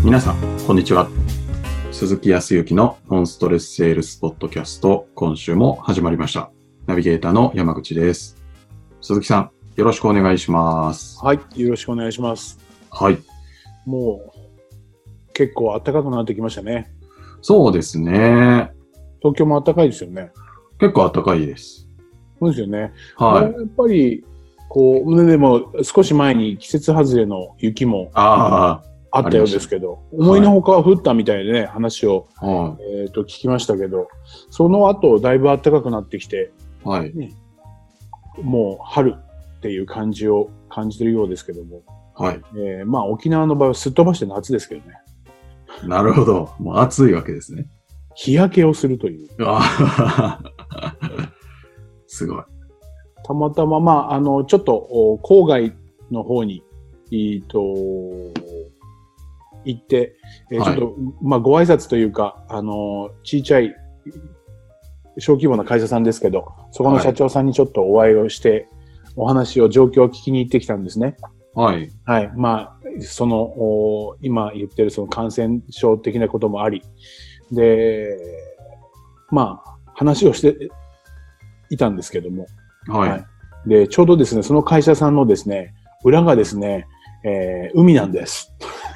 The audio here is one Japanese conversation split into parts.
皆さん、こんにちは。鈴木康之のノンストレスセールスポッドキャスト、今週も始まりました。ナビゲーターの山口です。鈴木さん、よろしくお願いします。 はい、よろしくお願いします。 はい。 もう、結構暖かくなってきましたね。 そうですね。 東京も暖かいですよね。 結構暖かいです。 そうですよね。 はい。 やっぱり、でも少し前に季節外れの雪もあったようですけど、思いのほか降ったみたいでね、話を、聞きましたけど、その後だいぶ暖かくなってきて、 はいね、もう春っていう感じを感じてるようですけども、 はい。 まあ沖縄の場合はすっ飛ばして夏ですけどね。 なるほど。もう暑いわけですね。 日焼けをするという。 すごい。 たまたま、ちょっと郊外の方に、行って、ちょっと、ご挨拶というか、小さい、小規模な会社さんですけど、そこの社長さんにちょっとお会いをして、お話を、状況を聞きに行ってきたんですね。 はい。 はい。今言ってるその感染症的なこともあり、で、話をしていたんですけども、 はい。 で、ちょうどですね、その会社さんのですね、裏がですね、海なんです。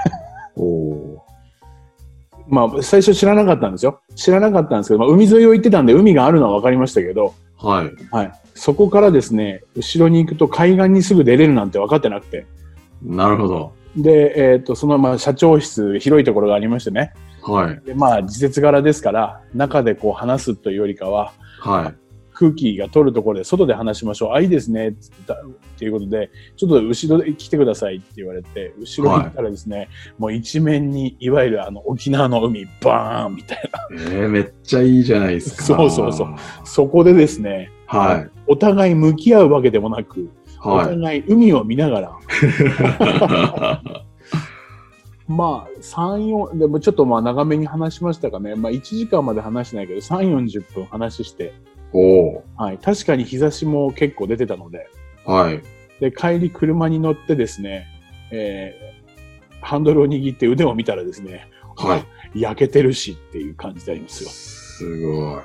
最初知らなかったんですよ。知らなかったんですけど、海沿いを行ってたんで海があるのは分かりましたけど、 はい。 はい。そこからですね、後ろに行くと海岸にすぐ出れるなんて分かってなくて。 なるほど。 で、その社長室、広いところがありましてね。 はい。 で、時節柄ですから、中で話すというよりかは、 はい。 空気が通るところで外で話しましょう。いいですね。っていうことで、ちょっと後ろで来てくださいって言われて、後ろに行ったらですね、もう一面に、いわゆる沖縄の海、バーンみたいな。 めっちゃいいじゃないですか。 そう。そこでですね、 はい。 お互い向き合うわけでもなく、 はい、 お互い海を見ながら、3、4、でもちょっと長めに話しましたかね。1時間まで話してないけど、3、40分話して、はい。確かに日差しも結構出てたので、 はい。 で、帰り車に乗ってですね、ハンドルを握って腕を見たらですね、 はい。 焼けてるしっていう感じでありますよ。 すごい。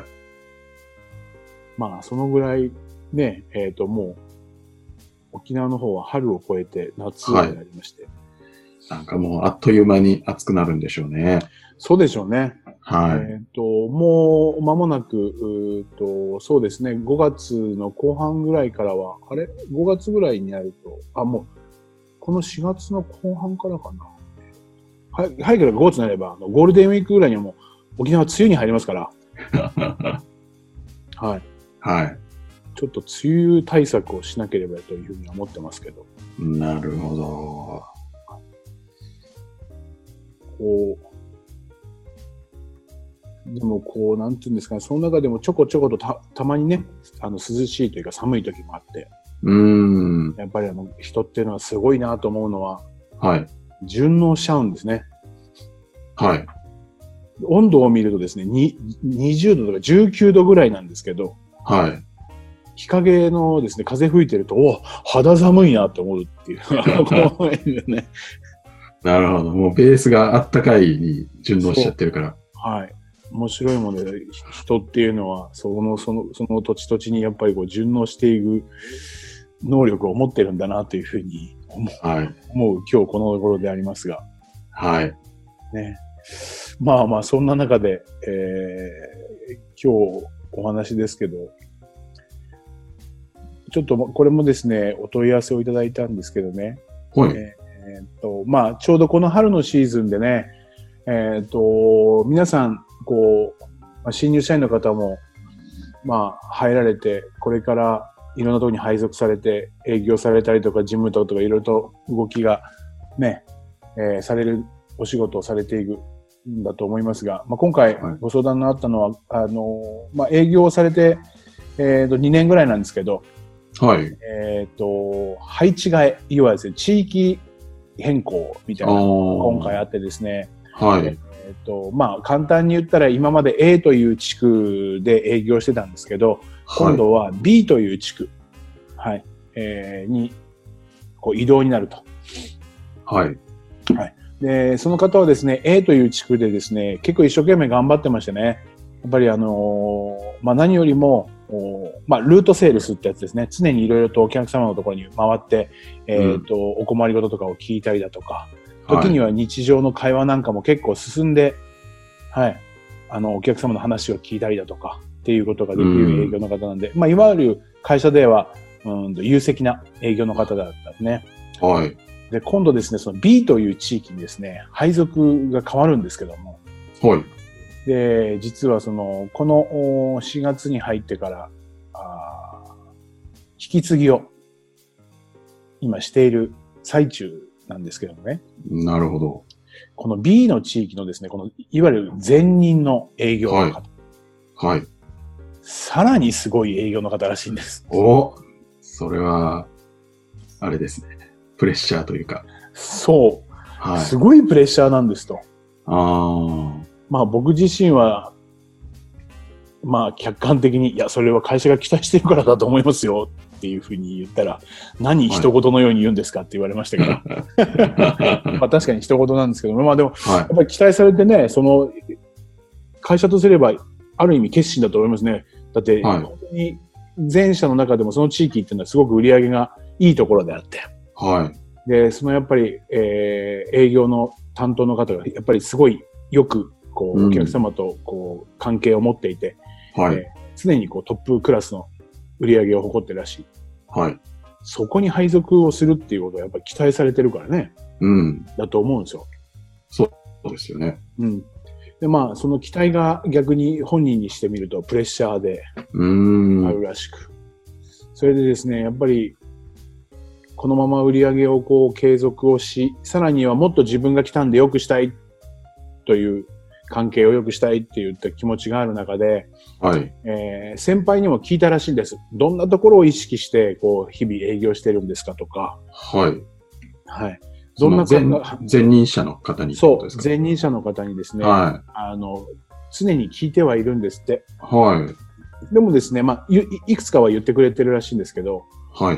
そのぐらいね、もう、沖縄の方は春を越えて夏になりまして、 なんかもうあっという間に暑くなるんでしょうね。 そうでしょうね。 はい。 もう間もなく、そうですね、5月の後半ぐらいからは、5月ぐらいになると、もう、この4月の後半からかな。早ければ5月になれば、ゴールデンウィークぐらいにはもう、沖縄梅雨に入りますから。はい。 はい。 ちょっと梅雨対策をしなければというふうに思ってますけど。 なるほど。 でもなんていうんですかね、その中でもちょこちょことたまにね、涼しいというか寒い時もあって。やっぱり人っていうのはすごいなと思うのは、 はい。 順応しちゃうんですね。 はい。 温度を見るとですね、20度とか19度ぐらいなんですけど、 はい。 日陰のですね、風吹いてると、肌寒いなと思うっていう。ね、 なるほど。もうベースがあったかいに順応しちゃってるから。 はい。面白いもので、人っていうのは、その土地土地にやっぱり順応していく能力を持ってるんだなというふうに思う今日このところでありますが。 はい。 ね。そんな中で、今日お話ですけど、ちょっとこれもですね、お問い合わせをいただいたんですけどね。 はい。 ちょうどこの春のシーズンでね、皆さん、新入社員の方も、入られて、これからいろんなところに配属されて、営業されたりとか、事務とかいろいろと動きがね、されるお仕事をされていくんだと思いますが、今回ご相談のあったのは、営業をされて、2年ぐらいなんですけど、 はい。 配置換え、いわゆるですね、地域変更みたいな今回あってですね、 はい。 簡単に言ったら今まで A という地区で営業してたんですけど、今度は B という地区、はい、に移動になると。 はい。 はい。 で、その方はですね、A という地区でですね、結構一生懸命頑張ってましてね、やっぱり何よりも、ルートセールスってやつですね。常にいろいろとお客様のところに回って、お困りごととかを聞いたりだとか、時には日常の会話なんかも結構進んで、はい、お客様の話を聞いたりだとか、っていうことができる営業の方なんで、いわゆる会社では、有責な営業の方だったんですね。 はい。 で、今度ですね、その B という地域にですね、配属が変わるんですけども、 はい。 で、実はこの4月に入ってから、引き継ぎを今している最中なんですけどもね。 なるほど。 この B の地域のですね、いわゆる前任の営業の方。 はい。 さらにすごい営業の方らしいんです。 それは、あれですね。プレッシャーというか。 そう。 はい。 すごいプレッシャーなんですと。僕自身は、客観的に、いや、それは会社が期待してるからだと思いますよっていうふうに言ったら、何一言のように言うんですかって言われましたから。確かに一言なんですけど、でも、やっぱり期待されてね、会社とすれば、ある意味決心だと思いますね。だって、本当に前社の中でもその地域っていうのはすごく売り上げがいいところであって。 はい。 で、やっぱり、営業の担当の方が、やっぱりすごいよく、お客様と、関係を持っていて、 はい。 常にトップクラスの売り上げを誇ってるらしい。 はい。 そこに配属をするっていうことはやっぱり期待されてるからね。だと思うんですよ。 そうですよね。 で、その期待が逆に本人にしてみるとプレッシャーであるらしく。それでですね、やっぱり、このまま売り上げを継続をし、さらにはもっと自分が来たんで良くしたいという関係を良くしたいって言った気持ちがある中で、 はい。 先輩にも聞いたらしいんです。どんなところを意識して日々営業してるんですかとか。 はい。 はい。 どんな前任者の方にそう、前任者の方にですね、 はい。 常に聞いてはいるんですって。 はい。 でもですね、いくつかは言ってくれてるらしいんですけど、 はい。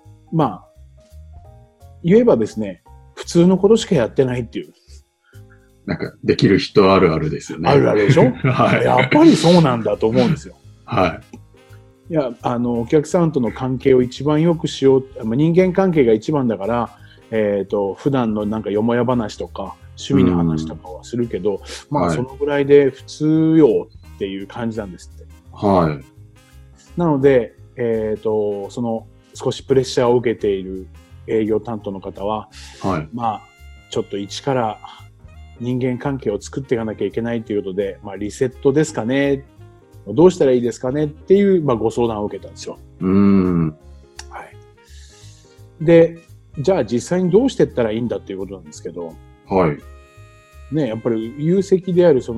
言えばですね、普通のことしかやってないっていう。 なんか、できる人あるあるですよね。 あるあるでしょはい。やっぱりそうなんだと思うんですよ。 はい。 いや、お客さんとの関係を一番良くしよう。人間関係が一番だから、普段のなんかよもや話とか、趣味の話とかはするけど、そのぐらいで普通よっていう感じなんですって。 はい。 なので、少しプレッシャーを受けている営業担当の方は、 はい。 ちょっと一から人間関係を作っていかなきゃいけないということで、リセットですかね。どうしたらいいですかねっていう、ご相談を受けたんですよ。はい。で、じゃあ実際にどうしていったらいいんだっていうことなんですけど、 はい。 ね、やっぱり有責である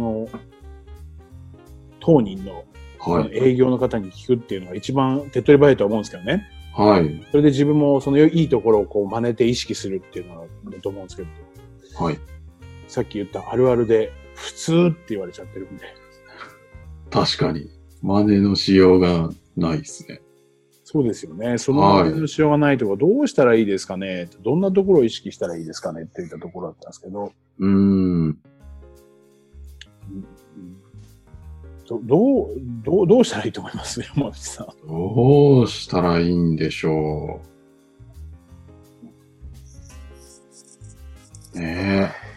当人の営業の方に聞くっていうのが一番手っ取り早いと思うんですけどね。 はい。 それで自分もいいところを真似て意識するっていうのだと思うんですけど。 はい。 さっき言ったあるあるで普通って言われちゃってるんで。 確かに。真似のしようがないですね。 そうですよね。その真似のしようがないところ、どうしたらいいですかね、どんなところを意識したらいいですかねっていったところだったんですけど。どうしたらいいと思います山口さん。 どうしたらいいんでしょう。ねえ。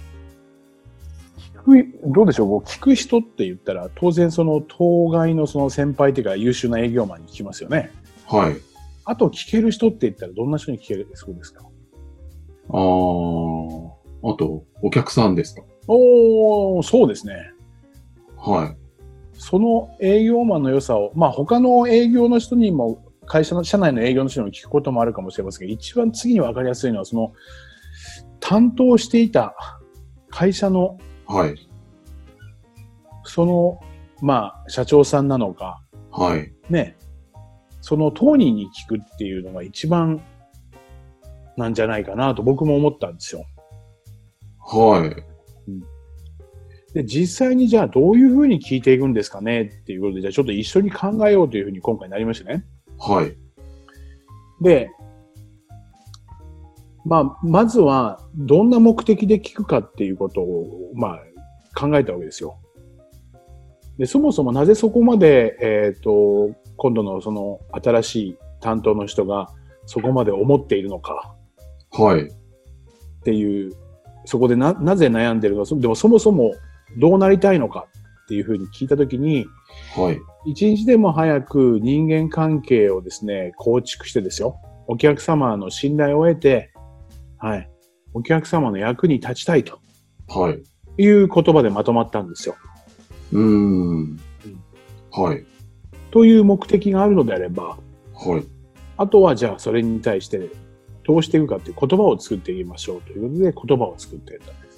どうでしょう、聞く人って言ったら、当然当該の先輩というか優秀な営業マンに聞きますよね。 はい。 あと聞ける人って言ったらどんな人に聞けるそうですか？ あと、お客さんですか？ そうですね。 はい。 その営業マンの良さを、他の営業の人にも、社内の営業の人にも聞くこともあるかもしれませんが、一番次に分かりやすいのは、担当していた会社の、 はい。 社長さんなのか、 はい。 ね、その当人に聞くっていうのが一番なんじゃないかなと僕も思ったんですよ。 はい。 で、実際にじゃあどういうふうに聞いていくんですかねっていうことで、じゃあちょっと一緒に考えようというふうに今回なりましたね。 はい。 で、 まずは、どんな目的で聞くかっていうことを、考えたわけですよ。で、そもそもなぜそこまで、今度のその新しい担当の人がそこまで思っているのか。 はい。 っていう、そこでなぜ悩んでるのか、でもそもそもどうなりたいのかっていうふうに聞いたときに、 はい。 一日でも早く人間関係をですね、構築してですよ。お客様の信頼を得て、はい。お客様の役に立ちたいと。 はい。 いう言葉でまとまったんですよ。 はい。 という目的があるのであれば、 はい。 あとはじゃあそれに対してどうしていくかっていう言葉を作っていきましょうということで言葉を作っていったんです。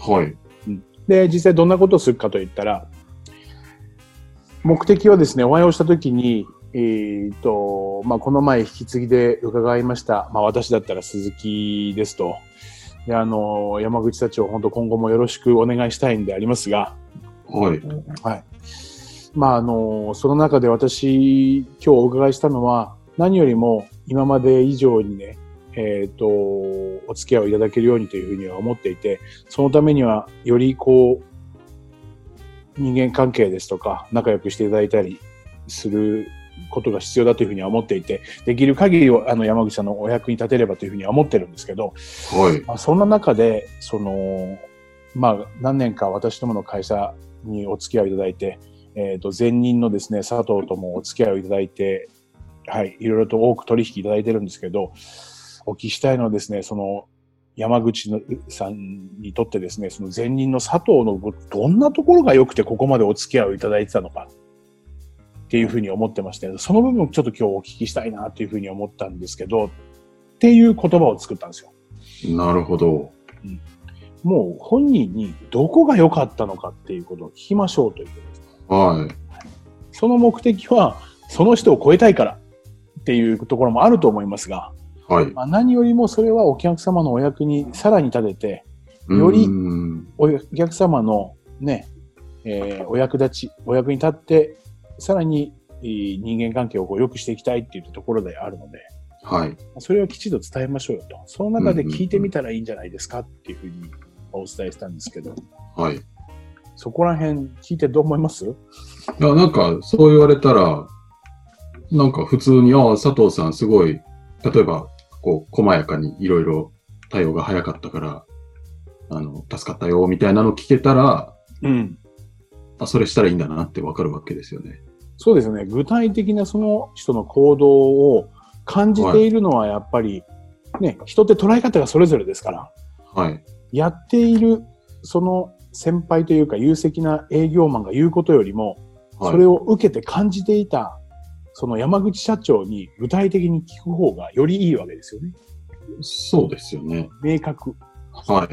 はい。 で、実際どんなことをするかといったら、目的はですね、お会いをしたときに、この前引き継ぎで伺いました。私だったら鈴木ですと。で、山口社長、本当今後もよろしくお願いしたいんでありますが。 はい。 はい。その中で私、今日お伺いしたのは、何よりも今まで以上にね、お付き合いをいただけるようにというふうには思っていて、そのためには、より人間関係ですとか、仲良くしていただいたりすることが必要だというふうには思っていて、できる限り山口さんのお役に立てればというふうには思ってるんですけど、 はい。 そんな中で、何年か私どもの会社にお付き合いいただいて、前任のですね、佐藤ともお付き合いをいただいて、はい、いろいろと多く取引いただいてるんですけど、お聞きしたいのはですね、山口さんにとってですね、その前任の佐藤のどんなところが良くてここまでお付き合いをいただいてたのかっていうふうに思ってまして、その部分ちょっと今日お聞きしたいなというふうに思ったんですけど、っていう言葉を作ったんですよ。 なるほど。 もう本人にどこが良かったのかっていうことを聞きましょうということです。 はい。 その目的は、その人を超えたいからっていうところもあると思いますが、 はい。 何よりもそれはお客様のお役にさらに立てて、よりお客様のね、お役に立って、さらに人間関係を良くしていきたいっていうところであるので、 はい。 それをきちんと伝えましょうよと。その中で聞いてみたらいいんじゃないですかっていうふうにお伝えしたんですけど、 はい。 そこら辺聞いてどう思います？ いや、なんか、そう言われたら、なんか普通に、佐藤さんすごい、例えば、細やかにいろいろ対応が早かったから、助かったよ、みたいなの聞けたら、それしたらいいんだなってわかるわけですよね。 そうですね。具体的なその人の行動を感じているのはやっぱり、ね、人って捉え方がそれぞれですから、 はい。 やっている、その先輩というか有責な営業マンが言うことよりも、それを受けて感じていた、その山口社長に具体的に聞く方がよりいいわけですよね。 そうですよね。 明確。 はい。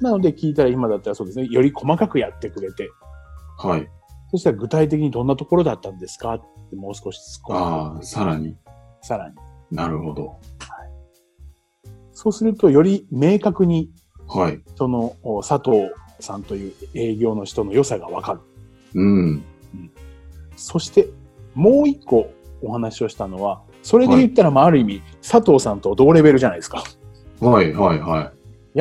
なので聞いたら今だったらそうですね、より細かくやってくれて、 はい。 そしたら具体的にどんなところだったんですかってもう少し突っ込んで。 さらに。 さらに。 なるほど。はい。 そうするとより明確に、 はい。 その佐藤さんという営業の人の良さがわかる。そして、もう一個お話をしたのは、それで言ったら、ある意味、佐藤さんと同レベルじゃないですか。 はい、はい、はい。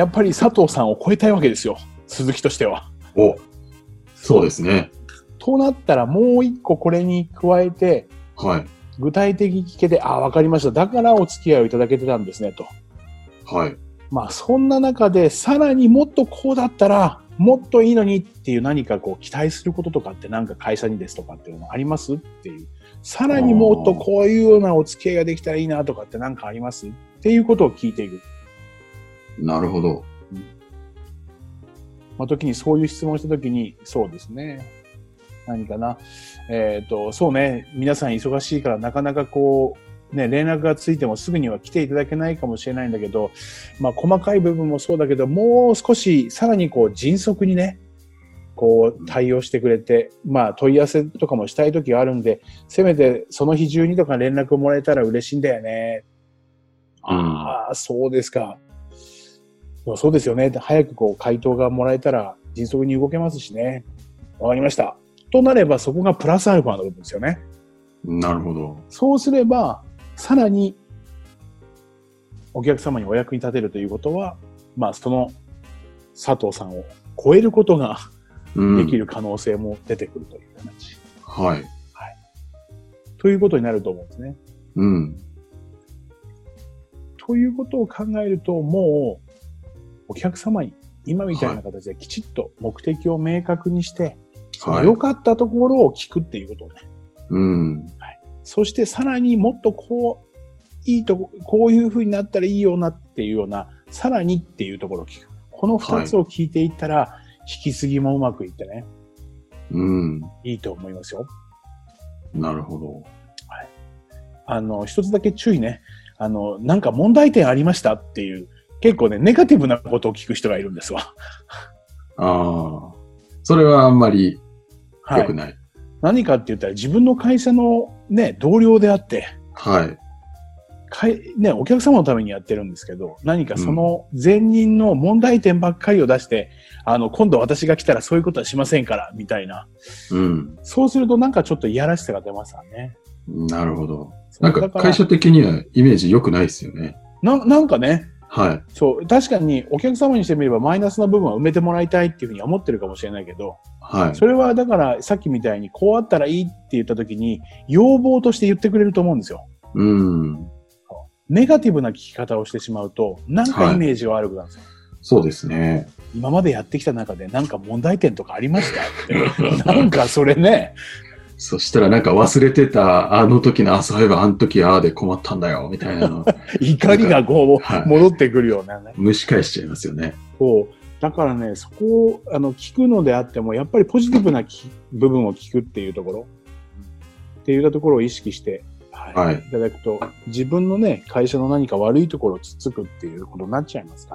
やっぱり佐藤さんを超えたいわけですよ。鈴木としては。 そうですね。 となったら、もう一個これに加えて、 はい。 具体的に聞けて、わかりました。だからお付き合いをいただけてたんですね、と。 はい。 そんな中で、さらにもっとこうだったら、もっといいのにっていう何か期待することとかってなんか会社にですとかっていうのありますっていう。さらにもっとこういうようなお付き合いができたらいいなとかってなんかありますっていうことを聞いていく。 なるほど。 時にそういう質問をした時に、そうですね。何かな。そうね。皆さん忙しいからなかなか連絡がついてもすぐには来ていただけないかもしれないんだけど、細かい部分もそうだけど、もう少しさらに迅速にね、対応してくれて、問い合わせとかもしたい時があるんで、せめてその日中にとか連絡をもらえたら嬉しいんだよね。そうですか。そうですよね。早く回答がもらえたら迅速に動けますしね。わかりました。となればそこがプラスアルファの部分ですよね。 なるほど。 そうすれば、さらに、 お客様にお役に立てるということは、まあその佐藤さんを超えることができる可能性も出てくるという形。 はい。 ということになると思うんですね。 うん。 ということを考えると、もうお客様に今みたいな形できちっと目的を明確にして、良かったところを聞くっていうことをね。 うん。 はい。そしてさらにもっとこういう風になったらいいよなっていうような、さらにっていうところを聞く。この二つを聞いていったら、引き継ぎもうまくいってね。いいと思いますよ。 なるほど。 はい。一つだけ注意ね。なんか問題点ありましたっていう、結構ね、ネガティブなことを聞く人がいるんですわ。 ああ。それはあんまり良くない。はい。 何かって言ったら自分の会社のね、同僚であって、 はい。 ね、お客様のためにやってるんですけど、何かその前任の問題点ばっかりを出して、今度私が来たらそういうことはしませんから、みたいな。そうするとなんかちょっといやらしさが出ますわね。 なるほど。なんか会社的にはイメージ良くないですよね。 なんかね。 はい。 そう、確かにお客様にしてみればマイナスな部分は埋めてもらいたいっていうふうに思ってるかもしれないけど、 はい。 それはだからさっきみたいにこうあったらいいって言った時に要望として言ってくれると思うんですよ。ネガティブな聞き方をしてしまうと、なんかイメージは悪くなるんですよ。 そうですね。 今までやってきた中でなんか問題点とかありましたって。なんかそれね。 そしたらなんか忘れてたあの時の、そういえばあの時ああで困ったんだよ、みたいなの。 怒りがこう、戻ってくるようなね。 蒸し返しちゃいますよね。 そう。だからね、そこを聞くのであっても、やっぱりポジティブな部分を聞くっていうところ、っていうところを意識して、はい、いただくと、自分のね、会社の何か悪いところをつつくっていうことになっちゃいますから、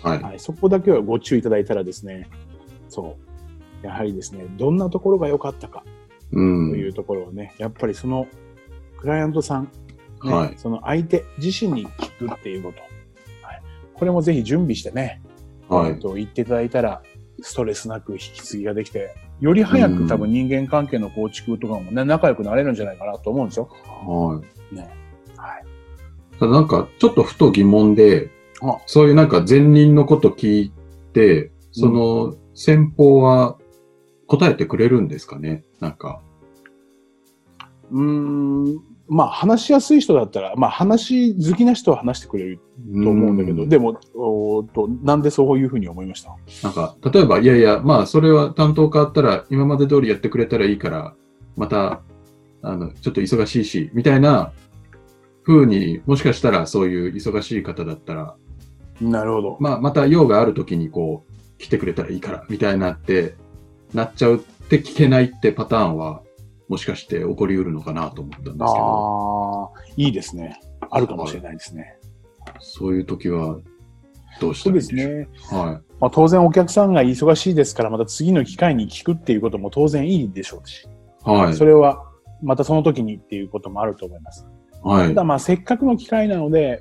はい、そこだけはご注意いただいたらですね、そう、やはりですね、どんなところが良かったか、というところをね、やっぱりそのクライアントさん、ね、その相手自身に聞くっていうこと、これもぜひ準備してね、言っていただいたら、ストレスなく引き継ぎができて、より早く多分人間関係の構築とかもね、仲良くなれるんじゃないかなと思うんですよ。はい。ね。はい。 ただなんか、ちょっとふと疑問で、そういうなんか前任のこと聞いて、その先方は答えてくれるんですかね、なんか。 まあ話しやすい人だったら、まあ話好きな人は話してくれると思うんだけど、でも、なんでそういうふうに思いました？ なんか、例えば、いやいや、まあそれは担当変わったら今まで通りやってくれたらいいから、また、ちょっと忙しいし、みたいな風に、もしかしたらそういう忙しい方だったら、 なるほど。 まあまた用がある時にこう、来てくれたらいいから、みたいなって、なっちゃうって聞けないってパターンは、もしかして起こり得るのかなと思ったんですけど。 いいですね。あるかもしれないですね。 そういう時はどうしたらいいでしょう？そうですね。はい。 まあ、当然お客さんが忙しいですから、また次の機会に聞くっていうことも当然いいでしょうし。はい。それはまたその時にっていうこともあると思います。はい。ただまあせっかくの機会なので、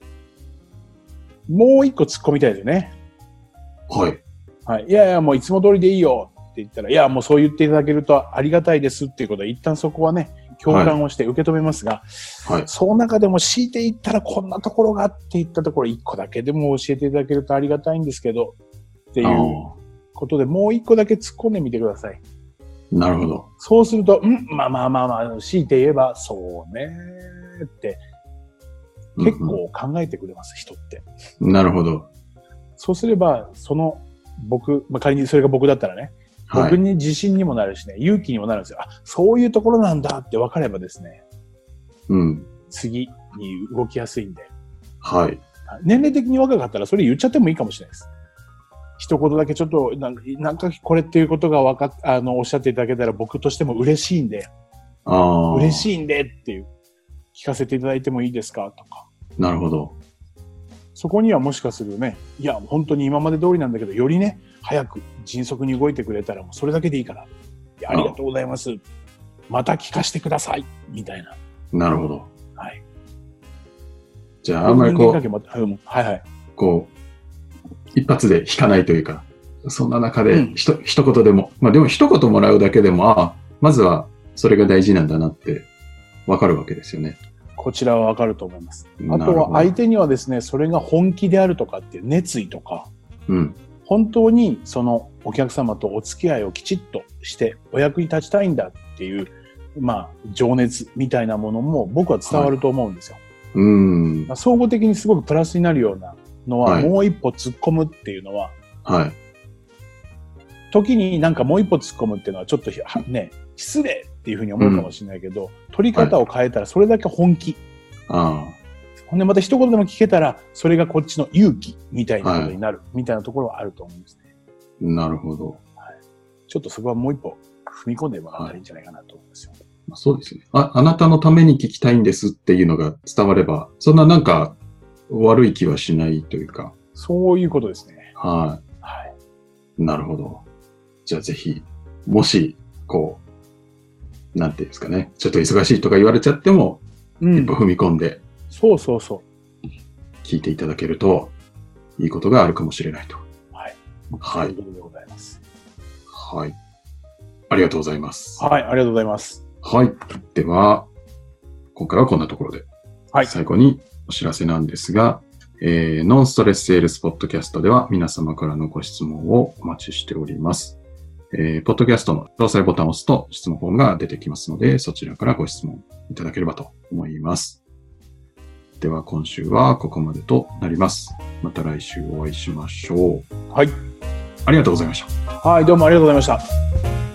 もう一個突っ込みたいですよね。はい。はい。いやいや、もういつも通りでいいよ。って言ったら、いや、もうそう言っていただけるとありがたいですっていうことは、一旦そこはね、共感をして受け止めますが、はい、その中でも強いて言ったらこんなところがって言ったところ、一個だけでも教えていただけるとありがたいんですけど、っていうことで、もう一個だけ突っ込んでみてください。 なるほど。 そうすると、まあ、強いて言えば、そうねって、結構考えてくれます、人って。 なるほど。 そうすれば、仮にそれが僕だったらね、僕に自信にもなるしね、勇気にもなるんですよ。あ、そういうところなんだって分かればですね。次に動きやすいんで。はい。年齢的に若かったらそれ言っちゃってもいいかもしれないです。一言だけちょっと、なんかこれっていうことがおっしゃっていただけたら僕としても嬉しいんで。嬉しいんでっていう。聞かせていただいてもいいですかとか。 なるほど。 そこにはもしかするね、いや、本当に今まで通りなんだけど、よりね、早く迅速に動いてくれたらもうそれだけでいいから。ありがとうございます。また聞かせてください。みたいな。 なるほど。 はい。 じゃあ、あんまりこう、こう、一発で引かないというか、そんな中で一言でも、まあでも一言もらうだけでも、まずはそれが大事なんだなってわかるわけですよね。 こちらはわかると思います。あなるほどとは相手にはですね、それが本気であるとかっていう熱意とか、 うん。 本当にそのお客様とお付き合いをきちっとしてお役に立ちたいんだっていう、情熱みたいなものも僕は伝わると思うんですよ。総合的にすごくプラスになるようなのは、もう一歩突っ込むっていうのは、時になんかもう一歩突っ込むっていうのはちょっとね、失礼っていうふうに思うかもしれないけど、取り方を変えたらそれだけ本気。ほんでまた一言でも聞けたら、それがこっちの勇気みたいなことになる、みたいなところはあると思うんですね。 なるほど。 ちょっとそこはもう一歩踏み込んでもらったらいいんじゃないかなと思うんですよ。 そうですね。あなたのために聞きたいんですっていうのが伝われば、そんななんか悪い気はしないというか。 そういうことですね。 なるほど。じゃあぜひ、もし、なんていうんですかね、ちょっと忙しいとか言われちゃっても、一歩踏み込んで、 聞いていただけると、いいことがあるかもしれないと。 そういうことでございます。 ありがとうございます。 ありがとうございます。 では、今回はこんなところで。最後にお知らせなんですが、ノンストレスセールスポッドキャストでは皆様からのご質問をお待ちしております。ポッドキャストの詳細ボタンを押すと質問フォームが出てきますので、そちらからご質問いただければと思います。では今週はここまでとなります。また来週お会いしましょう。ありがとうございました。 どうもありがとうございました。